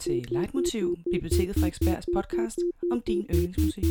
til Leitmotiv, Biblioteket Frederiksbergs podcast om din yndlingsmusik.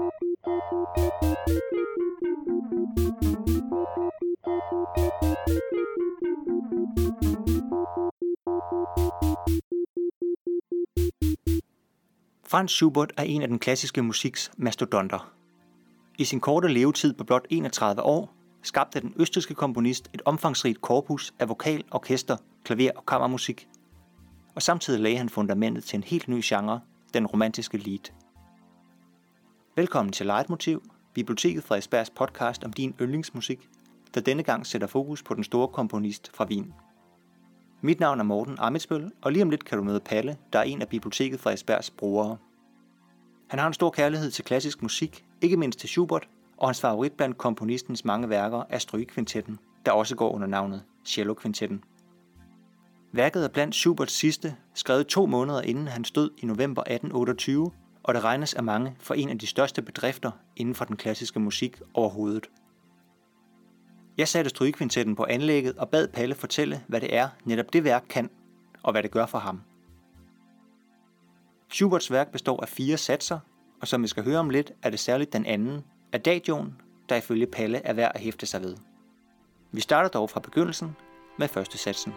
Franz Schubert er en af den klassiske musiks mastodonter. I sin korte levetid på blot 31 år skabte den østrigske komponist et omfangsrigt korpus af vokal, orkester, klaver og kammermusik, og samtidig lagde han fundamentet til en helt ny genre, den romantiske lied. Velkommen til Leitmotiv, Biblioteket Frederiksbergs podcast om din yndlingsmusik, der denne gang sætter fokus på den store komponist fra Wien. Mit navn er Morten Amitsbøl, og lige om lidt kan du møde Palle, der er en af Biblioteket Frederiksbergs brugere. Han har en stor kærlighed til klassisk musik, ikke mindst til Schubert, og hans favorit blandt komponistens mange værker er Strygekvintetten, der også går under navnet Cellokvintetten. Værket er blandt Schuberts sidste, skrevet 2 måneder inden hans død i november 1828, og det regnes af mange for en af de største bedrifter inden for den klassiske musik overhovedet. Jeg satte Strygekvintetten på anlægget og bad Palle fortælle, hvad det er, netop det værk kan, og hvad det gør for ham. Schuberts værk består af 4 satser, og som vi skal høre om lidt, er det særligt den anden, Adagioen, der ifølge Palle er værd at hæfte sig ved. Vi starter dog fra begyndelsen med første satsen.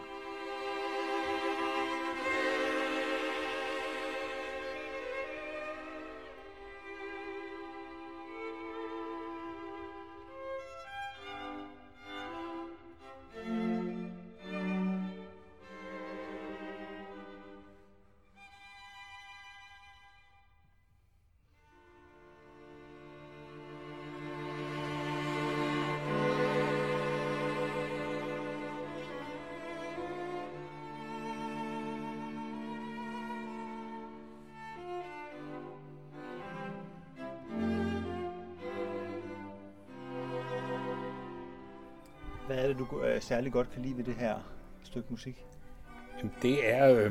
Hvad er det, du særlig godt kan lide ved det her stykke musik? Det er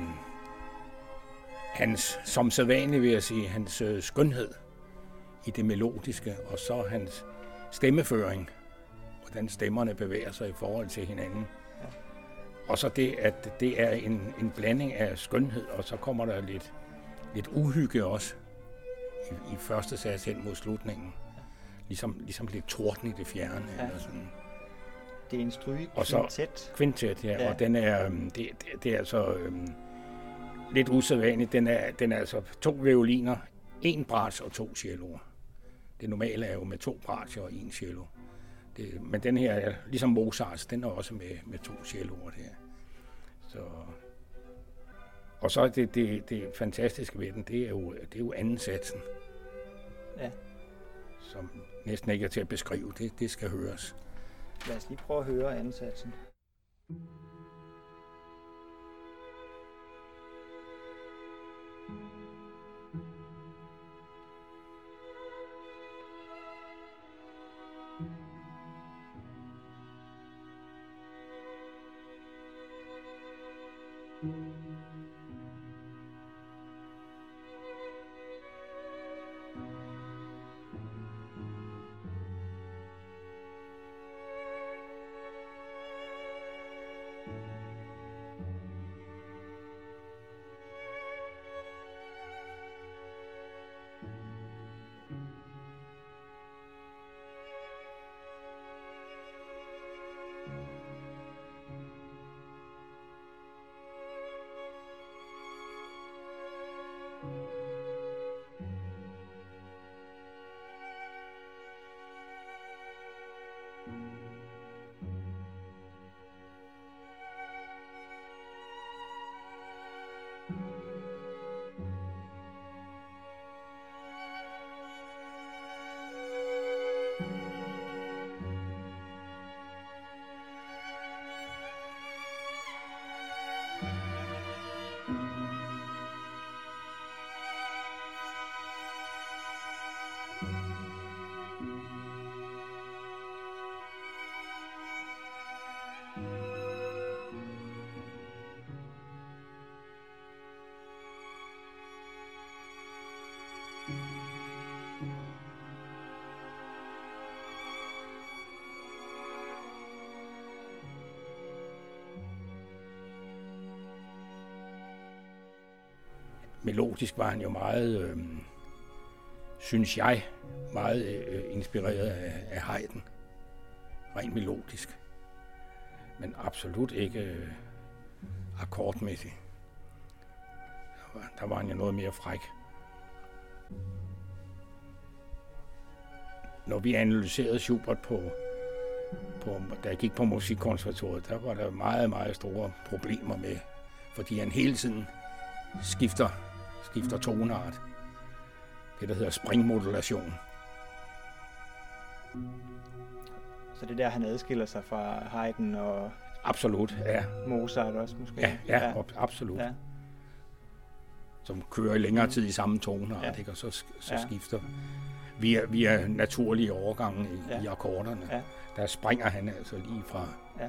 hans, som sædvanligt vil jeg sige, hans skønhed i det melodiske, og så hans stemmeføring, hvordan stemmerne bevæger sig i forhold til hinanden. Ja. Og så det, at det er en blanding af skønhed, og så kommer der lidt uhygge også i første sats hen mod slutningen. Ligesom lidt torden i det fjerne. Ja. Eller sådan. Det er en strygekvintet. Kvintet, ja. Og den er, det er altså lidt usædvanligt. Den er altså 2 violiner, 1 bratsch og 2 celloer. Det normale er jo med 2 bratsch og 1 cello. Men den her er ligesom Mozarts, den er også med 2 celloer der. Så. Og så det fantastiske ved den, det er jo anden satsen. Ja. Som næsten ikke er til at beskrive. Det skal høres. Lad os lige prøve at høre ansatsen. melodisk var han jo meget, synes jeg, meget inspireret af Haydn. Rent melodisk. Men absolut ikke akkordmæssigt. Der var han jo noget mere fræk. Når vi analyserede Schubert da jeg gik på musikkonservatoriet, der var der meget, meget store problemer med, fordi han hele tiden skifter toneart. Det, der hedder springmodulation. Så det der, han adskiller sig fra Haydn og... Absolut, ja. Mozart også måske? Ja, absolut. Ja. Som kører i længere tid i samme toneart, ikke? Og så skifter via naturlige overgange i akkorderne. Ja. Der springer han altså lige fra... Ja.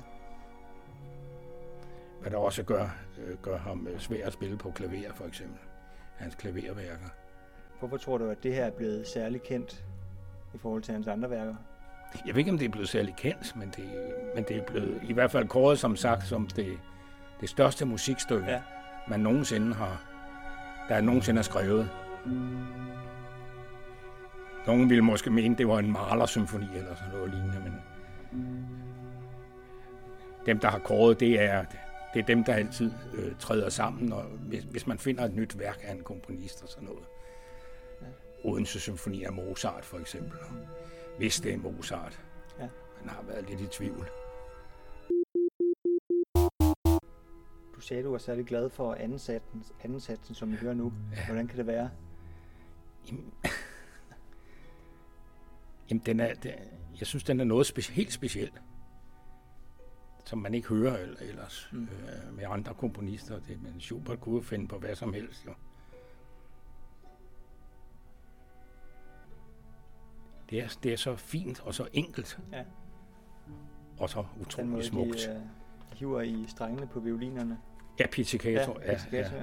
Hvad der også gør ham svær at spille på klaver, for eksempel. Hans klaverværker. Hvorfor tror du, at det her er blevet særlig kendt i forhold til hans andre værker? Jeg ved ikke, om det er blevet særlig kendt, men det er blevet i hvert fald kåret, som sagt, som det største musikstykke, man nogensinde har skrevet. Nogen ville måske mene, det var en Mahler-symfoni eller sådan noget lignende, men dem, der har kåret, det er dem, der altid træder sammen, og hvis man finder et nyt værk af en komponist og sådan noget. Odense Symfoni af Mozart for eksempel. Hvis det er Mozart. Ja. Man har været lidt i tvivl. Du sagde, du var særlig glad for anden satsen, som vi hører nu. Ja. Hvordan kan det være? Jamen jeg synes, den er noget helt specielt, som man ikke hører ellers med andre komponister. Men Schubert kunne finde på hvad som helst, jo. Det er så fint og så enkelt. Ja. Og så utrolig smukt. De hiver i strengene på violinerne. Ja, pizzicato. Ja.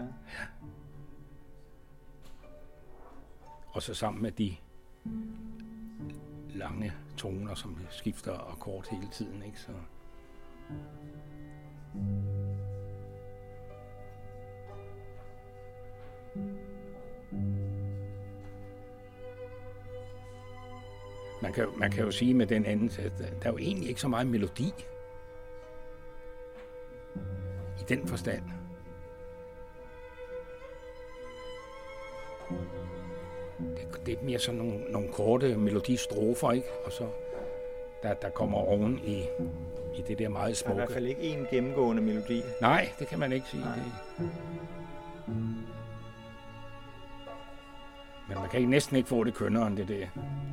Og så sammen med de lange toner, som skifter akkord hele tiden, ikke? Så man kan jo sige med den anden, at der er jo egentlig ikke så meget melodi i den forstand. Det er mere sådan nogle korte melodistrofer, ikke? Og så der kommer oven i det der meget smukke. Der er i hvert fald ikke en gennemgående melodi. Nej, det kan man ikke sige. Men man kan næsten ikke få det kønnere end det der.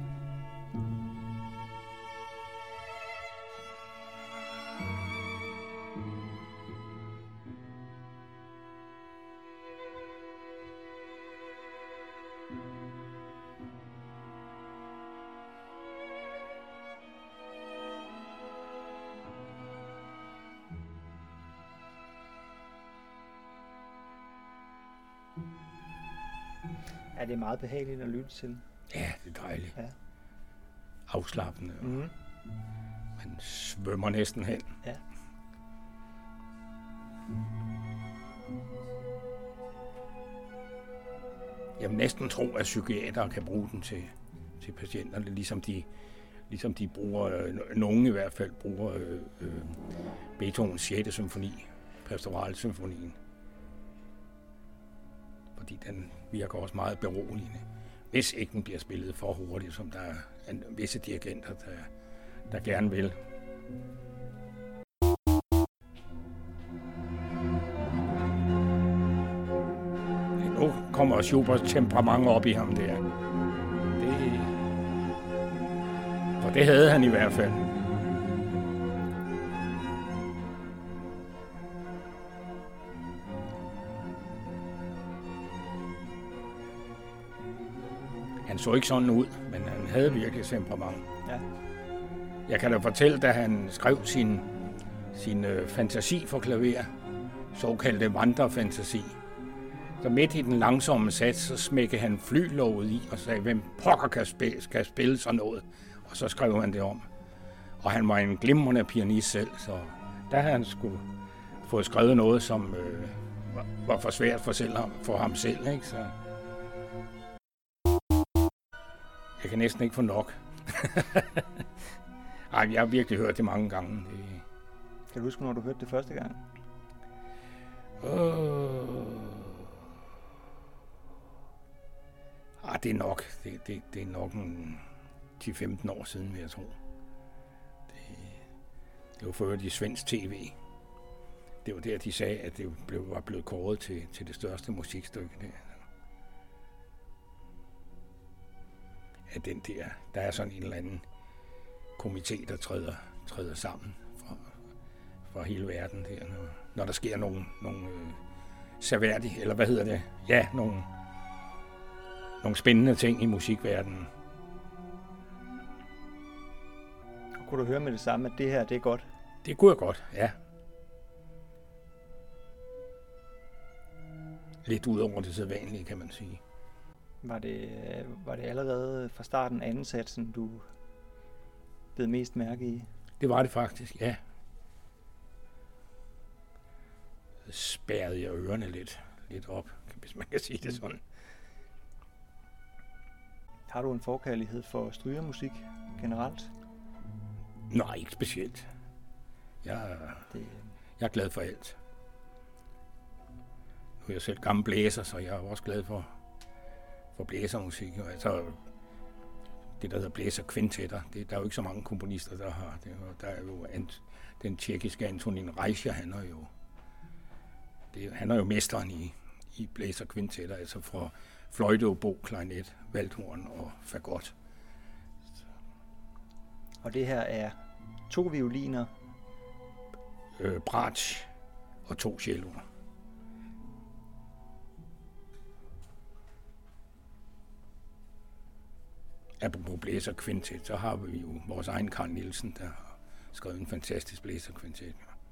Ja, det er meget behageligt at lytte til. Ja, det er dejligt. Ja. Afslappende. Man svømmer næsten hen. Ja. Jeg vil næsten tro, at psykiatere kan bruge den til patienterne, ligesom de bruger, nogen i hvert fald bruger Beethovens 6. symfoni, Pastoralsymfonien. Fordi den virker også meget beroligende. Hvis ikke den bliver spillet for hurtigt, som der er visse dirigenter, der gerne vil. Nu kommer Schuberts temperament op i ham der. For det havde han i hvert fald. Han så ikke sådan ud, men han havde virkelig temperament. Ja. Jeg kan da fortælle, da han skrev sin fantasi for klaver, såkaldte vandrefantasi, så midt i den langsomme sats, så smækkede han flylåget i og sagde, hvem pokker kan spille sådan noget? Og så skrev han det om. Og han var en glimrende pianist selv, så der havde han skulle fået skrevet noget, som var for svært for ham selv, ikke? Så jeg kan næsten ikke få nok. Ej, jeg har virkelig hørt det mange gange. Kan du huske, når du hørte det første gang? Det er nok. Det er nok en 10-15 år siden, vil jeg tro. Det var før i svensk tv. Det var der, de sagde, at det var blevet kåret til det største musikstykke der. At den der er sådan en eller anden komité, der træder sammen fra hele verden der, når der sker nogle seværdige, eller hvad hedder det? Ja, nogle spændende ting i musikverdenen. Kunne du høre med det samme, at det her, det er godt? Det kunne jeg godt, ja. Lidt ud over det sædvanlige, kan man sige. Var det allerede fra starten ansatsen, du blev mest mærke i? Det var det faktisk, ja. Så spærrede jeg ørerne lidt op, hvis man kan sige det sådan. Har du en forkærlighed for strygermusik generelt? Nej, ikke specielt. Jeg er glad for alt. Nu er jeg selv gammel blæser, så jeg er også glad for blæsermusik. Altså, det, der hedder blæserkvintetter, der er jo ikke så mange komponister, der har. Der er jo den tjekkiske Antonín Reicha, han er jo mesteren i blæserkvintetter, altså fra fløjte, obo, klarinet, valthorn og fagot. Og det her er 2 violiner? Bratsch og 2 celloer. Apropos blæserkvintet, så har vi jo vores egen Carl Nielsen, der har skrevet en fantastisk blæserkvintet.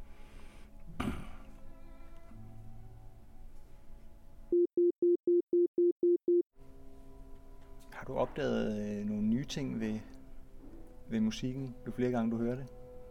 Har du opdaget nogle nye ting ved musikken, jo flere gange du hører det?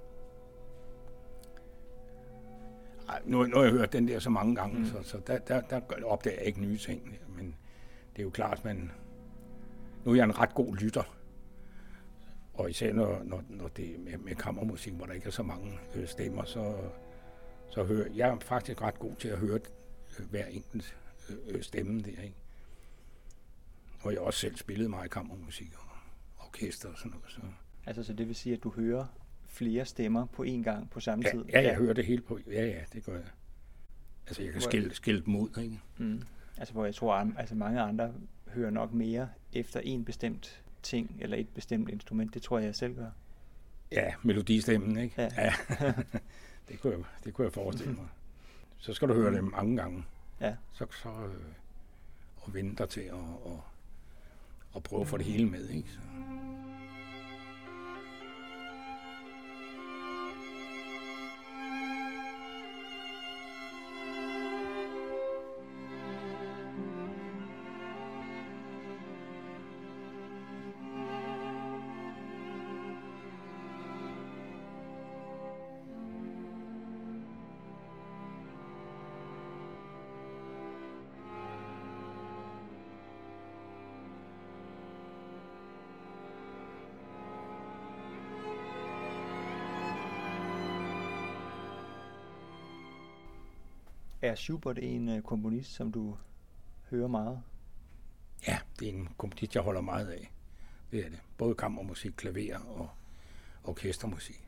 Ej, nu har jeg hørt den der så mange gange, så der opdager jeg ikke nye ting. Men det er jo klart, nu er jeg en ret god lytter. Og især når det er med kammermusik, hvor der ikke er så mange stemmer, så hører jeg er faktisk ret god til at høre hver enkelt stemme der, ikke? Og jeg har også selv spillet meget kammermusik og orkester og sådan noget. Så. Altså, så det vil sige, at du hører flere stemmer på én gang på samme tid? Ja, jeg hører det helt på. Ja, det gør jeg. Altså, jeg kan skille dem ud, ikke? Altså, hvor jeg tror, at mange andre hører nok mere efter en bestemt ting, eller et bestemt instrument. Det tror jeg selv gør. Ja, melodistemmen, ikke? Ja. Det kunne jeg forestille mig. Så skal du høre det mange gange. Ja. Så og vende dig til at prøve at få det hele med, ikke? Så. Er Schubert en komponist, som du hører meget? Ja, det er en komponist, jeg holder meget af. Det er det. Både kammermusik, klaver og orkestermusik.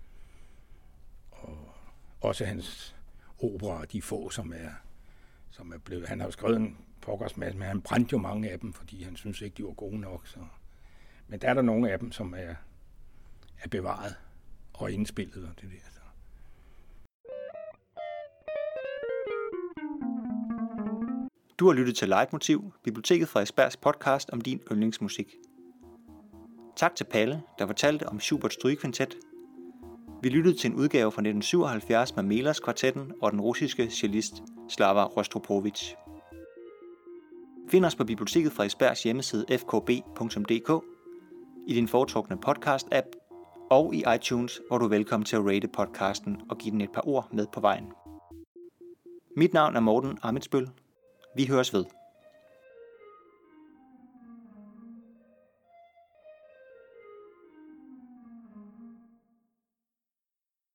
Og også hans operaer, de få, som er blevet. Han har jo skrevet en pokkers masse, men han brændte jo mange af dem, fordi han synes ikke, de var gode nok. Så. Men der er nogle af dem, som er bevaret og indspillet og det der. Så. Du har lyttet til Leitmotiv, Biblioteket Frederiksbergs podcast om din yndlingsmusik. Tak til Palle, der fortalte om Schuberts strygekvintet. Vi lyttede til en udgave fra 1977 med Melers-kvartetten og den russiske cellist Slava Rostropovich. Find os på Biblioteket Frederiksbergs hjemmeside fkb.dk, i din foretrukne podcast-app og i iTunes, hvor du er velkommen til at rate podcasten og give den et par ord med på vejen. Mit navn er Morten Amitsbøl. Vi høres ved.